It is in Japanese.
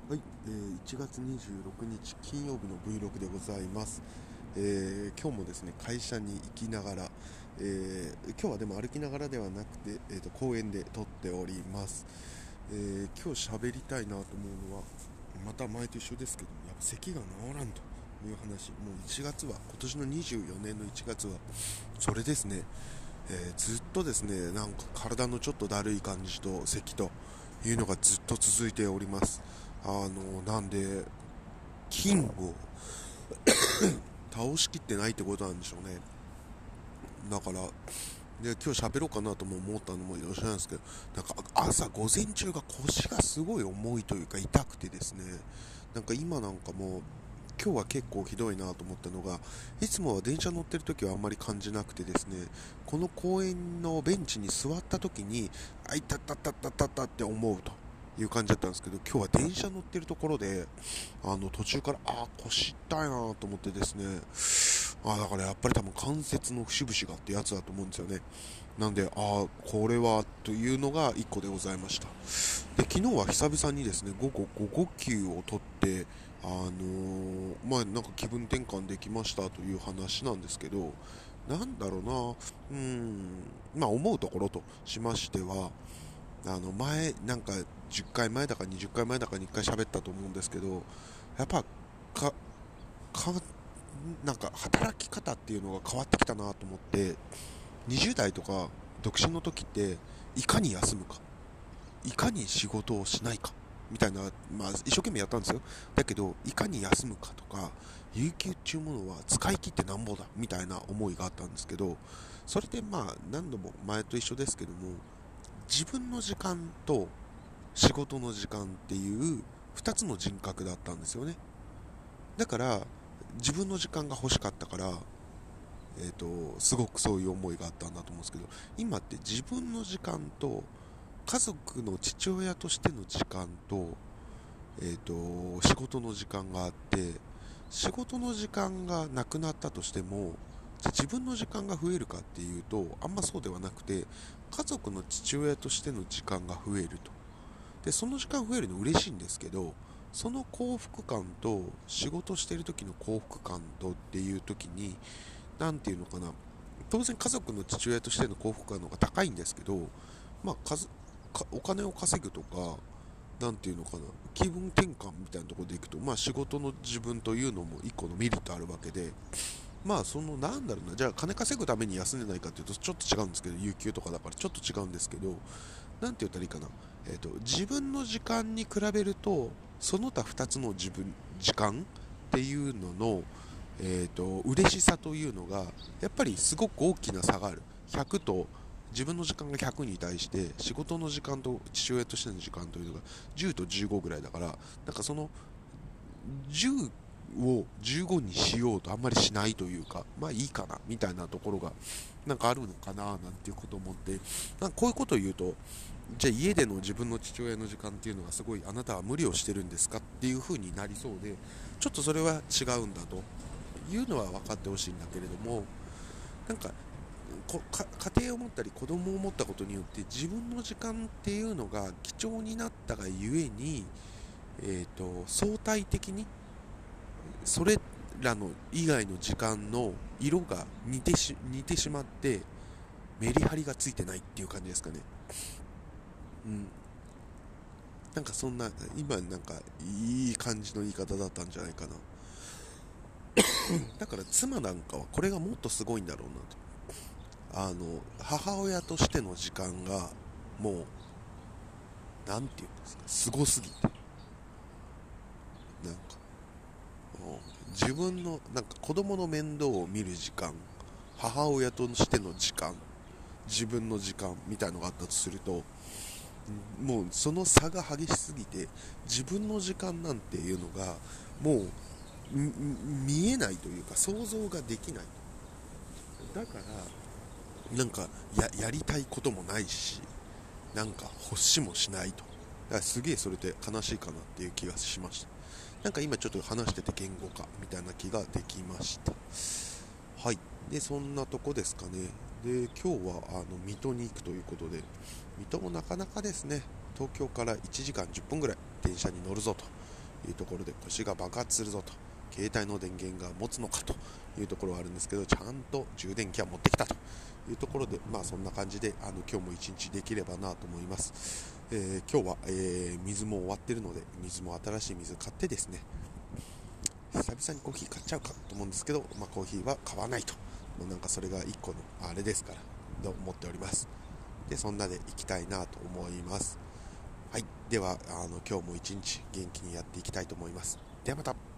はい、1月26日金曜日の Vlog でございます。今日もですね会社に行きながら、今日はでも歩きながらではなくて、公園で撮っております。今日喋りたいなと思うのはまた前と一緒ですけど、やっぱ咳が治らんという話。もう1月は、今年の24年の1月はそれですね。ずっとですね、なんか体のちょっとだるい感じと咳というのがずっと続いております。なんで菌を倒しきってないってことなんでしょうね。だからで今日喋ろうかなとも思ったのもよろしいなんですけど、なんか朝午前中が腰がすごい重いというか痛くてですね、なんか今なんかもう今日は結構ひどいなと思ったのが、いつもは電車乗ってる時はあんまり感じなくてですね、この公園のベンチに座った時にあいたたたたたたって思うという感じだったんですけど、今日は電車乗ってるところで途中から腰痛いなと思ってですね、だからやっぱり多分関節の節々がってやつだと思うんですよね。なんでこれはというのが1個でございました。で昨日は久々にですね午後午後休を取ってなんか気分転換できましたという話なんですけど、なんだろうな、思うところとしましては、前なんか10回前だか20回前だかに1回喋ったと思うんですけど、やっぱかかなんか働き方っていうのが変わってきたなと思って、20代とか独身の時っていかに休むか、いかに仕事をしないかみたいな、一生懸命やったんですよ。だけどいかに休むかとか、有給っていうものは使い切ってなんぼだみたいな思いがあったんですけど、それで何度も前と一緒ですけども、自分の時間と仕事の時間っていう2つの人格だったんですよね。だから自分の時間が欲しかったから、すごくそういう思いがあったんだと思うんですけど、今って自分の時間と家族の父親としての時間と、仕事の時間があって、仕事の時間がなくなったとしても、じゃあ自分の時間が増えるかっていうとあんまそうではなくて、家族の父親としての時間が増えると。でその時間増えるの嬉しいんですけど、その幸福感と仕事してる時の幸福感とっていう時に、なんていうのかな、当然家族の父親としての幸福感の方が高いんですけど、まあ、お金を稼ぐとか、なんていうのかな、気分転換みたいなところでいくと、仕事の自分というのも一個のメリットあるわけで、なんだろうな、じゃあ金稼ぐために休んでないかっていうとちょっと違うんですけど、有給とかだからちょっと違うんですけど、なんて言ったらいいかな、自分の時間に比べるとその他2つの時間っていうのの、嬉しさというのがやっぱりすごく大きな差がある。100と自分の時間が100に対して仕事の時間と父親としての時間というのが10と15ぐらいだから、なんかその10を15にしようとあんまりしないというか、いいかなみたいなところがなんかあるのかななんていうことを思って、なんかこういうことを言うと、じゃあ家での自分の父親の時間っていうのがすごいあなたは無理をしてるんですかっていう風になりそうで、ちょっとそれは違うんだというのは分かってほしいんだけれども、なんか家庭を持ったり子供を持ったことによって自分の時間っていうのが貴重になったがゆえに、相対的にそれらの以外の時間の色が似てしまってメリハリがついてないっていう感じですかね。うん。なんかそんな、今なんかいい感じの言い方だったんじゃないかな。だから妻なんかはこれがもっとすごいんだろうなと。母親としての時間がもう、なんていうんですか、すごすぎて。なんか、自分の、なんか子供の面倒を見る時間、母親としての時間、自分の時間みたいのがあったとすると、もうその差が激しすぎて、自分の時間なんていうのがもう見えないというか想像ができない。だからなんかやりたいこともないし、なんか欲しもしないと。だからすげえそれで悲しいかなっていう気がしました。なんか今ちょっと話してて言語化みたいな気ができました。はい。でそんなとこですかね。で今日は水戸に行くということで、水戸もなかなかですね、東京から1時間10分ぐらい電車に乗るぞというところで腰が爆発するぞと、携帯の電源が持つのかというところはあるんですけど、ちゃんと充電器は持ってきたというところで、そんな感じで今日も一日できればなと思います。今日は、水も終わってるので、水も新しい水買ってですね、久々にコーヒー買っちゃうかと思うんですけど、コーヒーは買わないと、なんかそれが一個のあれですからと思っております。でそんなでいきたいなと思います。はい、では今日も一日元気にやっていきたいと思います。ではまた。